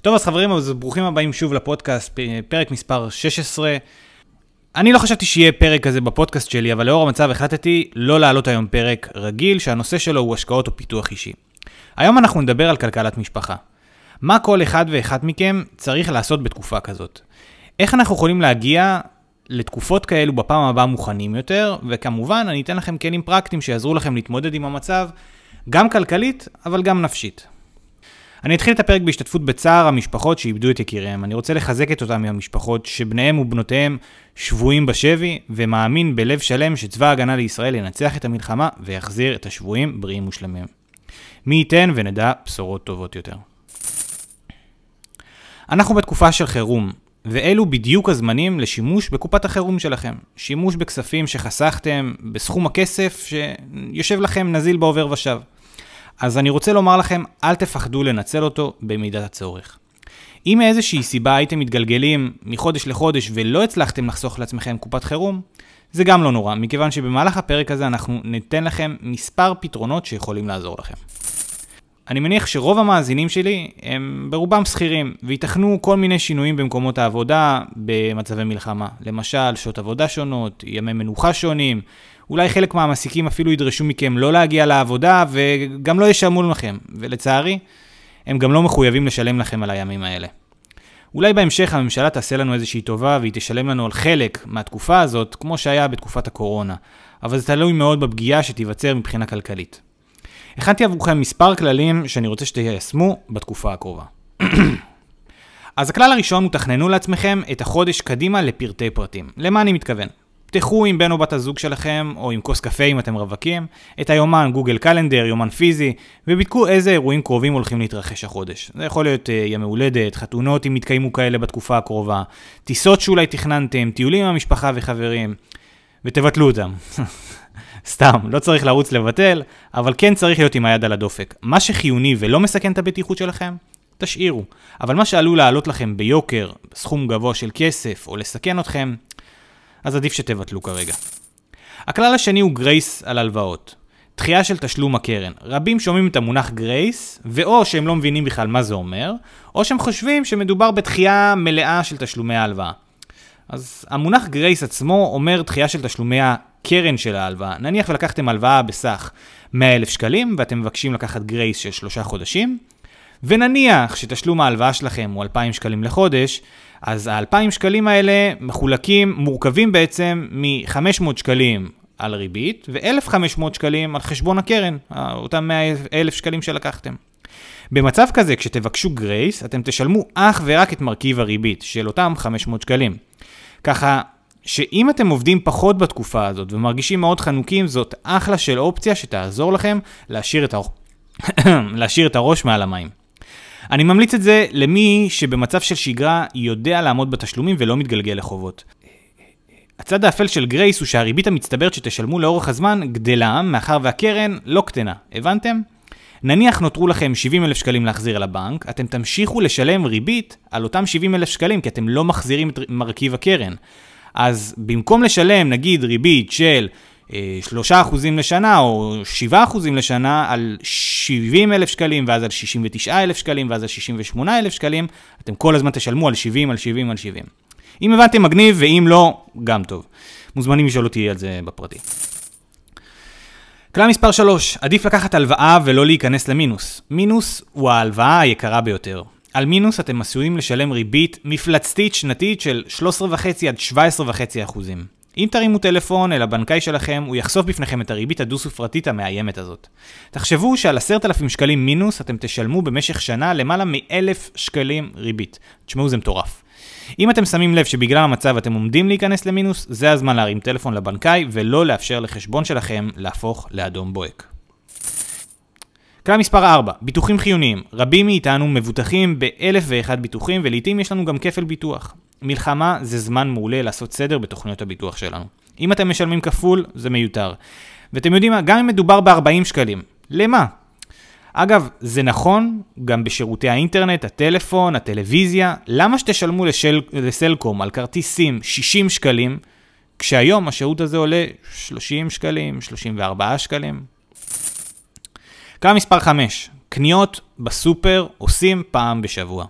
טוב, אז חברים, אז ברוכים הבאים שוב לפודקאסט, פרק מספר 16. אני לא חשבתי שיהיה פרק כזה בפודקאסט שלי, אבל לאור המצב החלטתי לא לעלות היום פרק רגיל, שהנושא שלו הוא השקעות או פיתוח אישי. היום אנחנו נדבר על כלכלת משפחה. מה כל אחד ואחד מכם צריך לעשות בתקופה כזאת? איך אנחנו יכולים להגיע לתקופות כאלו בפעם הבאה מוכנים יותר, וכמובן אני אתן לכם כלים פרקטיים שיעזרו לכם להתמודד עם המצב, גם כלכלית, אבל גם נפשית. אני אתחיל את הפרק בהשתתפות בצער המשפחות שאיבדו את יקיריהם. אני רוצה לחזק את אותם מהמשפחות שבניהם ובנותיהם שבויים בשבי, ומאמין בלב שלם שצבא ההגנה לישראל ינצח את המלחמה ויחזיר את השבויים בריאים ושלמים. מי ייתן ונדע בשורות טובות יותר. אנחנו בתקופה של חירום, ואלו בדיוק הזמנים לשימוש בקופת החירום שלכם. שימוש בכספים שחסכתם בסכום הכסף שיושב לכם נזיל בעובר ושב. אז אני רוצה לומר לכם, אל תפחדו לנצל אותו במידת הצורך. אם מאיזושהי סיבה הייתם מתגלגלים מחודש לחודש ולא הצלחתם לחסוך לעצמכם קופת חירום, זה גם לא נורא, מכיוון שבמהלך הפרק הזה אנחנו ניתן לכם מספר פתרונות שיכולים לעזור לכם. אני מניח שרוב המאזינים שלי הם ברובם שכירים, ויתכנו כל מיני שינויים במקומות העבודה במצבי מלחמה. למשל, שעות עבודה שונות, ימי מנוחה שונים, אולי חלק מהמעסיקים אפילו ידרשו מכם לא להגיע לעבודה וגם לא ישלמו לכם, ולצערי, הם גם לא מחויבים לשלם לכם על הימים האלה. אולי בהמשך הממשלה תעשה לנו איזושהי טובה והיא תשלם לנו על חלק מהתקופה הזאת, כמו שהיה בתקופת הקורונה, אבל זה תלוי מאוד בפגיעה שתיווצר מבחינה כלכלית. הכנתי עבורכם מספר כללים שאני רוצה שתיישמו בתקופה הקרובה. אז הכלל הראשון הוא תכננו לעצמכם את החודש קדימה לפרטי פרטים. למה אני מתכוון? פתחו עם בן או בת הזוג שלכם, או עם כוס קפה אם אתם רווקים, את היומן גוגל קלנדר, יומן פיזי, ובדקו איזה אירועים קרובים הולכים להתרחש החודש. זה יכול להיות ימי הולדת, חתונות אם יתקיימו כאלה בתקופה הקרובה, טיסות שאולי תכננתם, טיולים עם המשפחה וחברים, ותבטלו אותם. סתם, לא צריך לרוץ לבטל, אבל כן צריך להיות עם היד על הדופק. מה שחיוני ולא מסכן את הבטיחות שלכם, תשאירו. אבל מה שעלול לעלות לכם ביוקר, בסכום גבוה של כסף, או לסכן אתכם, אז עדיף שתבטלו כרגע. הכלל השני הוא גרייס על הלוואות. דחייה של תשלום הקרן. רבים שומעים את המונח גרייס, ואו שהם לא מבינים בכלל מה זה אומר, או שהם חושבים שמדובר בתחייה מלאה של תשלומי ההלוואה. אז המונח גרייס עצמו אומר דחייה של תשלומי הקרן של ההלוואה. נניח ולקחתם הלוואה בסך 100,000 שקלים, ואתם מבקשים לקחת גרייס של 3 חודשים, ונניח שתשלום ההלוואה שלכם הוא 2,000 שקלים לחודש, אז ה-2,000 שקלים האלה מורכבים בעצם מ-500 שקלים על ריבית, ו-1,500 שקלים על חשבון הקרן, אותם 100,000 שקלים שלקחתם. במצב כזה, כשתבקשו גרייס, אתם תשלמו אך ורק את מרכיב הריבית של אותם 500 שקלים. ככה שאם אתם עובדים פחות בתקופה הזאת ומרגישים מאוד חנוקים, זאת אחלה של אופציה שתעזור לכם להשאיר את הראש מעל המים. אני ממליץ את זה למי שבמצב של שגרה יודע לעמוד בתשלומים ולא מתגלגל לחובות. הצד האפל של גרייס הוא שהריבית המצטברת שתשלמו לאורך הזמן גדלה, מאחר והקרן לא קטנה. הבנתם? נניח נותרו לכם 70,000 שקלים להחזיר על הבנק, אתם תמשיכו לשלם ריבית על אותם 70,000 שקלים, כי אתם לא מחזירים את מרכיב הקרן. אז במקום לשלם, נגיד, ריבית של 3% לשנה או 7% לשנה על 70,000 שקלים ואז על 69,000 שקלים ואז על 68,000 שקלים, אתם כל הזמן תשלמו על 70, על 70, על 70. אם הבנתם מגניב ואם לא, גם טוב. מוזמנים לשאול אותי על זה בפרטי. כלל מספר 3, עדיף לקחת הלוואה ולא להיכנס למינוס. מינוס הוא ההלוואה היקרה ביותר. על מינוס אתם עשויים לשלם ריבית מפלצתית שנתית של 13.5 עד 17.5%. אם תרימו טלפון אל הבנקאי שלכם, הוא יחשוף בפניכם את הריבית הדו-ספרתית המאיימת הזאת. תחשבו שעל 10,000 שקלים מינוס אתם תשלמו במשך שנה למעלה מ-1,000 שקלים ריבית. תשמעו, זה מטורף. אם אתם שמים לב שבגלל המצב אתם עומדים להיכנס למינוס, זה הזמן להרים טלפון לבנקאי ולא לאפשר לחשבון שלכם להפוך לאדום בוהק. כלל מספר 4, ביטוחים חיוניים. רבים מאיתנו מבוטחים ב1,001 ביטוחים, ולעיתים יש לנו גם כפל ביטוח. מלחמה זה זמן מעולה לעשות סדר בתוכניות הביטוח שלנו. אם אתם משלמים כפול, זה מיותר. ואתם יודעים מה? גם אם מדובר ב40 שקלים. למה? אגב, זה נכון גם בשירותי האינטרנט, הטלפון, הטלוויזיה. למה שתשלמו לסלקום על כרטיסים 60 שקלים, כשהיום השירות הזה עולה 30 שקלים, 34 שקלים? כלל מספר 5, קניות בסופר עושים פעם בשבוע.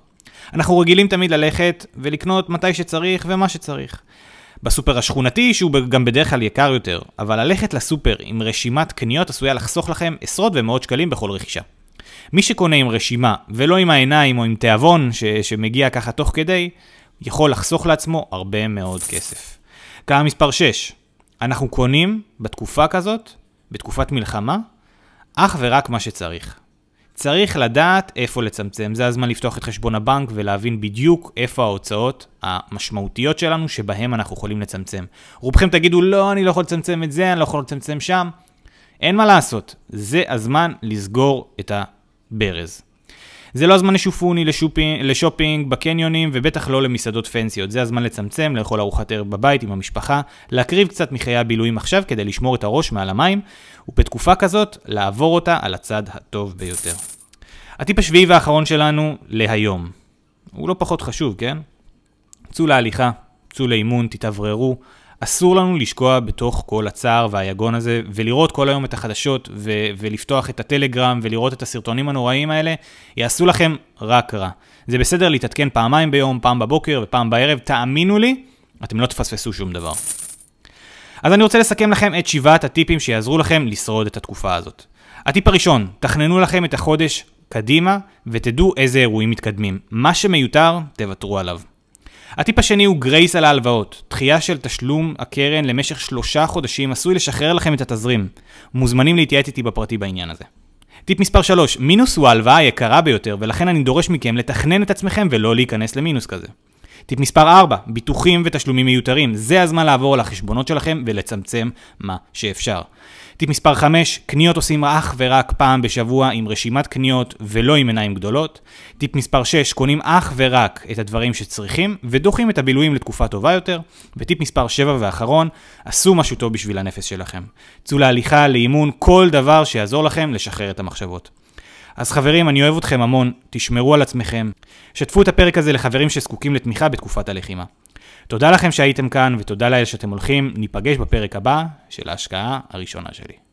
אנחנו רגילים תמיד ללכת ולקנות מתי שצריך ומה שצריך. בסופר השכונתי, שהוא גם בדרך כלל יקר יותר, אבל ללכת לסופר עם רשימת קניות עשויה לחסוך לכם עשרות ומאות שקלים בכל רכישה. מי שקונה עם רשימה ולא עם העיניים או עם תיאבון שמגיע ככה תוך כדי, יכול לחסוך לעצמו הרבה מאוד כסף. כמה מספר 6. אנחנו קונים בתקופה כזאת, בתקופת מלחמה, אך ורק מה שצריך. צריך לדעת איפה לצמצם. זה הזמן לפתוח את חשבון הבנק ולהבין בדיוק איפה ההוצאות המשמעותיות שלנו שבהם אנחנו יכולים לצמצם. רובכם תגידו, לא, אני לא יכול לצמצם את זה, אני לא יכול לצמצם שם. אין מה לעשות. זה הזמן לסגור את הברז. זה לא הזמן לשופוני, לשופינג, בקניונים, ובטח לא למסעדות פנסיות. זה הזמן לצמצם, לאכול ארוחת ערב בבית עם המשפחה, להקריב קצת מחיי הבילויים עכשיו כדי לשמור את הראש מעל המים, ובתקופה כזאת לעבור אותה על הצד הטוב ביותר. הטיפ השביעי והאחרון שלנו להיום. הוא לא פחות חשוב, כן? צאו להליכה, צאו לאימון, תתאווררו. אסור לנו לשקוע בתוך כל הצער והיגון הזה, ולראות כל היום את החדשות, ולפתוח את הטלגרם, ולראות את הסרטונים הנוראים האלה, יעשו לכם רק רע. זה בסדר להתעדכן פעמיים ביום, פעם בבוקר ופעם בערב, תאמינו לי, אתם לא תפספסו שום דבר. אז אני רוצה לסכם לכם את 7 הטיפים שיעזרו לכם לשרוד את התקופה הזאת. הטיפ הראשון, תכננו לכם את החודש קדימה, ותדעו איזה אירועים מתקדמים. מה שמיותר, תוותרו עליו. הטיפ השני הוא גרייס על ההלוואות. דחייה של תשלום הקרן למשך 3 חודשים עשוי לשחרר לכם את התזרים. מוזמנים להתייעץ איתי בפרטי בעניין הזה. טיפ מספר 3, מינוס הוא ההלוואה היקרה ביותר, ולכן אני דורש מכם לתכנן את עצמכם ולא להיכנס למינוס כזה. טיפ מספר 4, ביטוחים ותשלומים מיותרים. זה הזמן לעבור על החשבונות שלכם ולצמצם מה שאפשר. טיפ מספר 5, קניות עושים אך ורק פעם בשבוע עם רשימת קניות ולא עם עיניים גדולות. טיפ מספר 6, קונים אך ורק את הדברים שצריכים ודוחים את הבילויים לתקופה טובה יותר. וטיפ מספר 7 ואחרון, עשו משהו טוב בשביל הנפש שלכם. צאו להליכה, לאימון, כל דבר שיעזור לכם לשחרר את המחשבות. אז חברים, אני אוהב אתכם המון, תשמרו על עצמכם, שתפו את הפרק הזה לחברים שזקוקים לתמיכה בתקופת הלחימה. תודה לכם שהייתם כאן ותודה לאל שאתם הולכים, ניפגש בפרק הבא של ההשקעה הראשונה שלי.